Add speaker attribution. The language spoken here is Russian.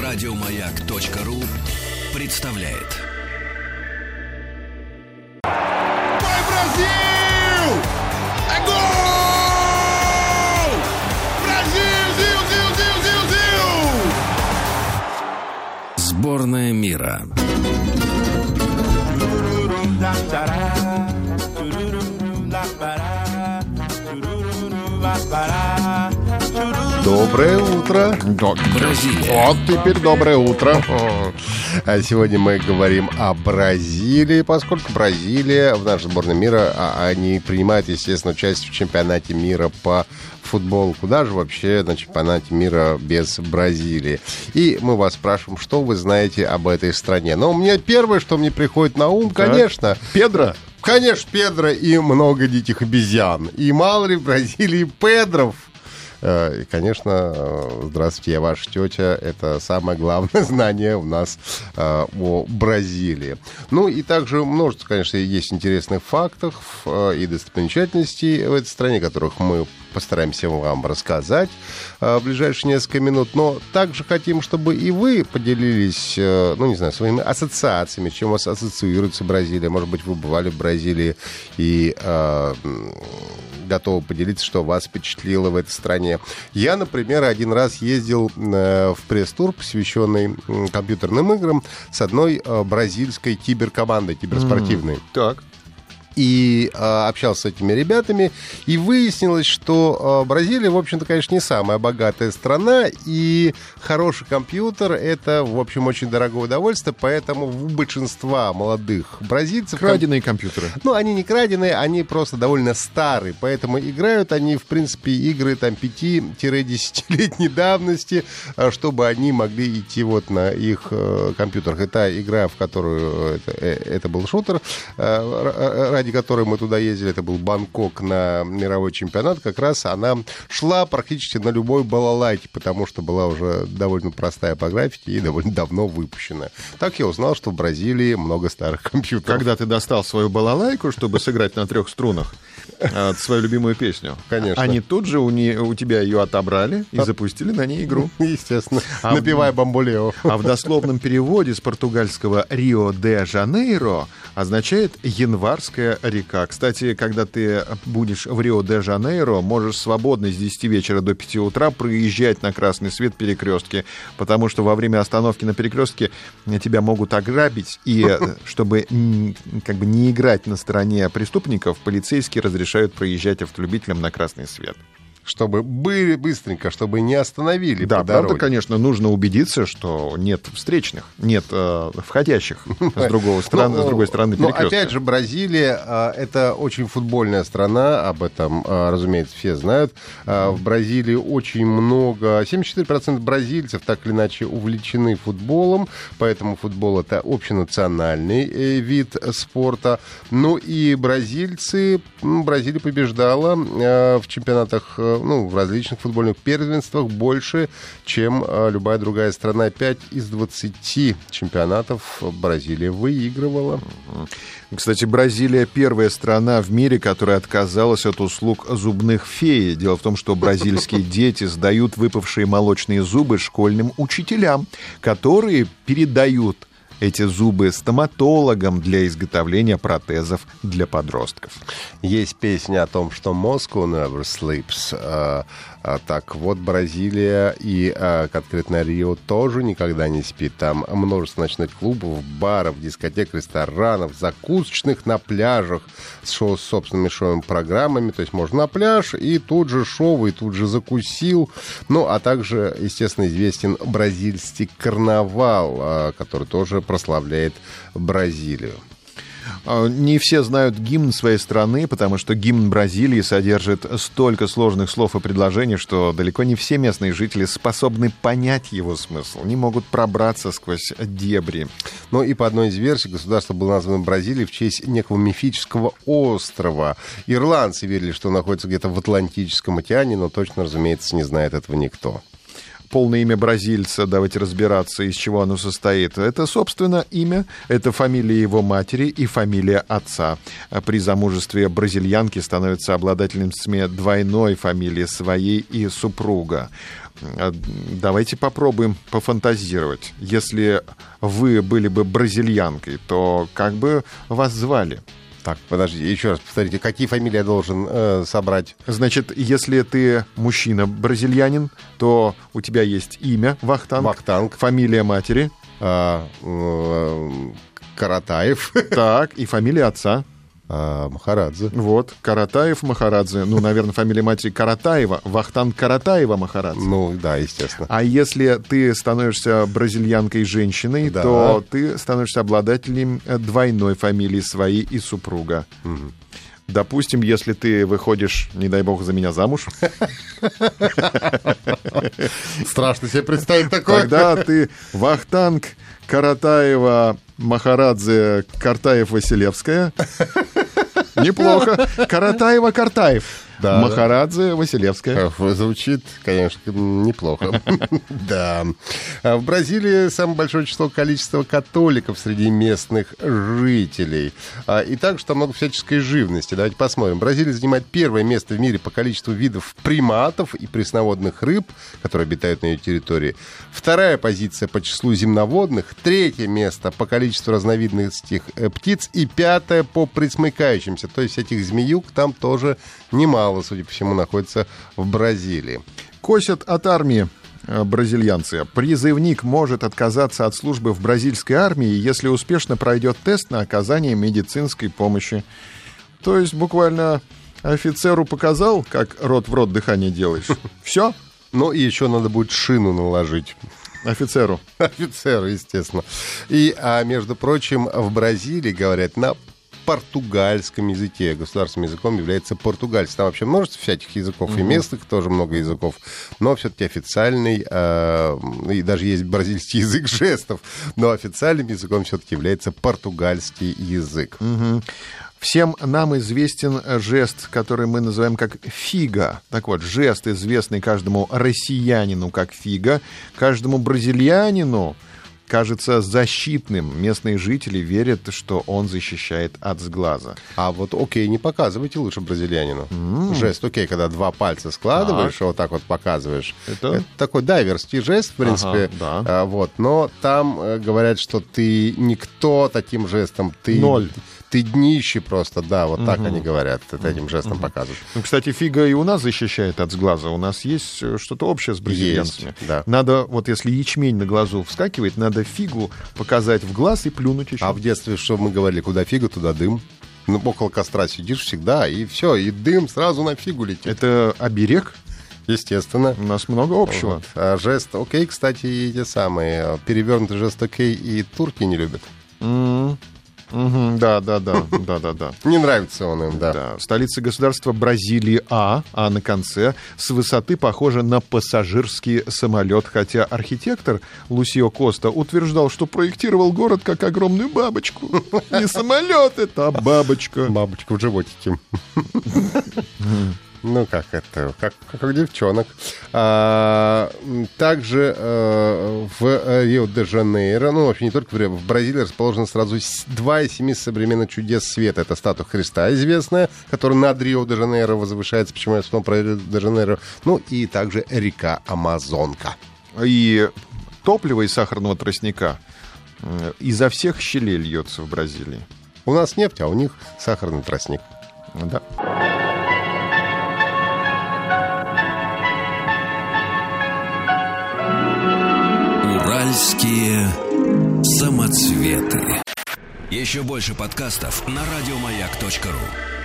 Speaker 1: Радиомаяк.ру представляет.
Speaker 2: Vai Brasil! É gol! Brasil, Zil, Zil, Zil, Zil, Zil!
Speaker 1: Сборная мира.
Speaker 3: Доброе утро.
Speaker 1: Бразилия.
Speaker 3: Вот теперь доброе утро. А сегодня мы говорим о Бразилии, поскольку Бразилия в нашей сборной мира, они принимают, естественно, участие в чемпионате мира по футболу. Куда же вообще на чемпионате мира без Бразилии? И мы вас спрашиваем, что вы знаете об этой стране. Но у меня первое, что мне приходит на ум, конечно...
Speaker 2: Педро?
Speaker 3: Конечно, Педро и много диких обезьян. И мало ли в Бразилии Педров. И, конечно, здравствуйте, я ваша тетя. Это самое главное знание у нас о Бразилии. Ну и также множество, конечно, есть интересных фактов и достопримечательностей в этой стране, которых мы постараемся вам рассказать в ближайшие несколько минут. Но также хотим, чтобы и вы поделились, ну, не знаю, своими ассоциациями, чем у вас ассоциируется Бразилия. Может быть, вы бывали в Бразилии и... готовы поделиться, что вас впечатлило в этой стране. Я, например, один раз ездил в пресс-тур, посвященный компьютерным играм, с одной бразильской киберкомандой, киберспортивной.
Speaker 2: Так.
Speaker 3: И общался с этими ребятами, и выяснилось, что Бразилия, в общем-то, конечно, не самая богатая страна, и хороший компьютер — это, в общем, очень дорогое удовольствие, поэтому у большинства молодых бразильцев...
Speaker 2: Краденые компьютеры.
Speaker 3: Ну, они не краденые, они просто довольно старые, поэтому играют они, в принципе, игры там 5-10-летней давности, чтобы они могли идти вот на их компьютерах. Это игра, в которую... Это был шутер, ради которой мы туда ездили, это был Бангкок на мировой чемпионат, как раз она шла практически на любой балалайке, потому что была уже довольно простая по графике и довольно давно выпущена. Так я узнал, что в Бразилии много старых компьютеров.
Speaker 2: Когда ты достал свою балалайку, чтобы сыграть на 3 струнах свою любимую песню,
Speaker 3: конечно,
Speaker 2: они тут же у тебя ее отобрали и запустили на ней игру.
Speaker 3: Естественно, напевая «Бамбулео».
Speaker 2: А в дословном переводе с португальского «Рио-де-Жанейро» означает «январская река». Кстати, когда ты будешь в Рио-де-Жанейро, можешь свободно с 10 вечера до 5 утра проезжать на красный свет перекрестки, потому что во время остановки на перекрестке тебя могут ограбить, и чтобы как бы не играть на стороне преступников, полицейские разрешают проезжать автолюбителям на красный свет.
Speaker 3: Чтобы были быстренько, чтобы не остановили
Speaker 2: да,
Speaker 3: по дороге.
Speaker 2: правда, конечно, нужно убедиться, что нет встречных, нет входящих с другой стороны перекрестка.
Speaker 3: Но опять же, Бразилия — это очень футбольная страна, об этом, разумеется, все знают. В Бразилии очень много, 74% бразильцев так или иначе увлечены футболом, поэтому футбол — это общенациональный вид спорта. Ну и Бразилия побеждала в чемпионатах, в различных футбольных первенствах больше, чем любая другая страна. 5 из 20 чемпионатов Бразилия выигрывала.
Speaker 2: Кстати, Бразилия — первая страна в мире, которая отказалась от услуг зубных фей. Дело в том, что бразильские дети сдают выпавшие молочные зубы школьным учителям, которые передают эти зубы стоматологам для изготовления протезов для подростков.
Speaker 3: Есть песня о том, что Moscow never sleeps. Так вот, Бразилия и конкретно Рио тоже никогда не спит. Там множество ночных клубов, баров, дискотек, ресторанов, закусочных на пляжах с собственными шоу программами. То есть можно на пляж, и тут же шоу, и тут же закусил. Ну, а также, естественно, известен бразильский карнавал, который тоже прославляет Бразилию.
Speaker 2: Не все знают гимн своей страны, потому что гимн Бразилии содержит столько сложных слов и предложений, что далеко не все местные жители способны понять его смысл, не могут пробраться сквозь дебри.
Speaker 3: Ну и по одной из версий государство было названо Бразилией в честь некого мифического острова. Ирландцы верили, что он находится где-то в Атлантическом океане, но точно, разумеется, не знает этого никто.
Speaker 2: полное имя бразильца, давайте разбираться, из чего оно состоит. Это, собственно, имя, это фамилия его матери и фамилия отца. При замужестве бразильянки становятся обладательницами двойной фамилии своей и супруга. Давайте попробуем пофантазировать. Если вы были бы бразильянкой, то как бы вас звали?
Speaker 3: Так, подожди, еще раз повторите, какие фамилии я должен собрать?
Speaker 2: Значит, если ты мужчина-бразильянин, то у тебя есть имя Вахтанг,
Speaker 3: Вахтанг.
Speaker 2: Фамилия матери,
Speaker 3: Каратаев.
Speaker 2: так, и фамилия отца.
Speaker 3: Махарадзе.
Speaker 2: Вот, Каратаев Махарадзе. Ну, наверное, фамилия матери Каратаева. Вахтанг Каратаева Махарадзе.
Speaker 3: Ну, да, естественно.
Speaker 2: А если ты становишься бразильянкой-женщиной,
Speaker 3: Да.
Speaker 2: то ты становишься обладателем двойной фамилии своей и супруга.
Speaker 3: Мгм.
Speaker 2: Допустим, если ты выходишь, не дай бог, за меня замуж,
Speaker 3: Страшно себе представить такое.
Speaker 2: тогда ты Вахтанг Каратаева Махарадзе Картаев-Василевская. Неплохо. Каратаева-Картаев.
Speaker 3: Да.
Speaker 2: Махарадзе Василевская.
Speaker 3: Звучит, конечно, неплохо. Да. В Бразилии самое большое количество католиков среди местных жителей. И также там много всяческой живности. Давайте посмотрим. Бразилия занимает первое место в мире по количеству видов приматов и пресноводных рыб, которые обитают на ее территории. Вторая позиция по числу земноводных. Третье место по количеству разновидностей птиц. И пятое по пресмыкающимся. То есть этих змеюк там тоже немало, судя по всему, находится в Бразилии.
Speaker 2: Косят от армии бразильянцы. Призывник может отказаться от службы в бразильской армии, если успешно пройдет тест на оказание медицинской помощи. То есть буквально офицеру показал, как рот в рот дыхание делаешь. Все?
Speaker 3: Ну, и еще надо будет шину наложить.
Speaker 2: Офицеру.
Speaker 3: Офицеру, естественно. И, между прочим, в Бразилии говорят на португальском языке. Государственным языком является португальский. Там вообще множество всяких языков, и местных тоже много языков, но все-таки официальный, и даже есть бразильский язык жестов, но официальным языком все-таки является португальский язык.
Speaker 2: Всем нам известен жест, который мы называем как фига. Так вот, жест, известный каждому россиянину как фига, каждому бразильянину кажется защитным. Местные жители верят, что он защищает от сглаза.
Speaker 3: А вот окей, не показывайте лучше бразильянину. Жест окей, когда два пальца складываешь,
Speaker 2: Так.
Speaker 3: и вот так вот показываешь.
Speaker 2: Это
Speaker 3: такой дайверский жест, в принципе.
Speaker 2: Ага, да.
Speaker 3: Вот, но там говорят, что ты никто таким жестом. Ты,
Speaker 2: Ноль.
Speaker 3: Ты днище просто, да, вот так они говорят, этим жестом показывают.
Speaker 2: Ну, кстати, фига и у нас защищает от сглаза. У нас есть что-то общее с бразильянцами.
Speaker 3: Есть, да.
Speaker 2: Надо, вот если ячмень на глазу вскакивает, надо фигу показать в глаз и плюнуть еще.
Speaker 3: А в детстве что мы говорили? Куда фига, туда дым. Ну, около костра сидишь всегда, и все, и дым сразу на фигу летит.
Speaker 2: Это оберег.
Speaker 3: Естественно.
Speaker 2: У нас много общего.
Speaker 3: Вот. А жест окей, кстати, и те самые. Перевернутый жест окей и турки не любят.
Speaker 2: Да.
Speaker 3: Не нравится он им, да.
Speaker 2: Да. Столица государства Бразилии А на конце, с высоты похожа на пассажирский самолет, хотя архитектор Лусио Коста утверждал, что проектировал город как огромную бабочку. Не самолет это, а бабочка.
Speaker 3: Бабочка в животике. Ну, как это, как у девчонок. Также в Рио-де-Жанейро, ну, вообще не только в Бразилии, расположено сразу 2 из 7 современных чудес света. Это статуя Христа известная, которая над Рио-де-Жанейро возвышается. Почему я вспомнил про Рио-де-Жанейро? Ну, и также река Амазонка.
Speaker 2: И топливо из сахарного тростника изо всех щелей льется в Бразилии.
Speaker 3: У нас нефть, а у них сахарный тростник.
Speaker 2: Да.
Speaker 1: Уральские самоцветы. Еще больше подкастов на радиомаяк.ру.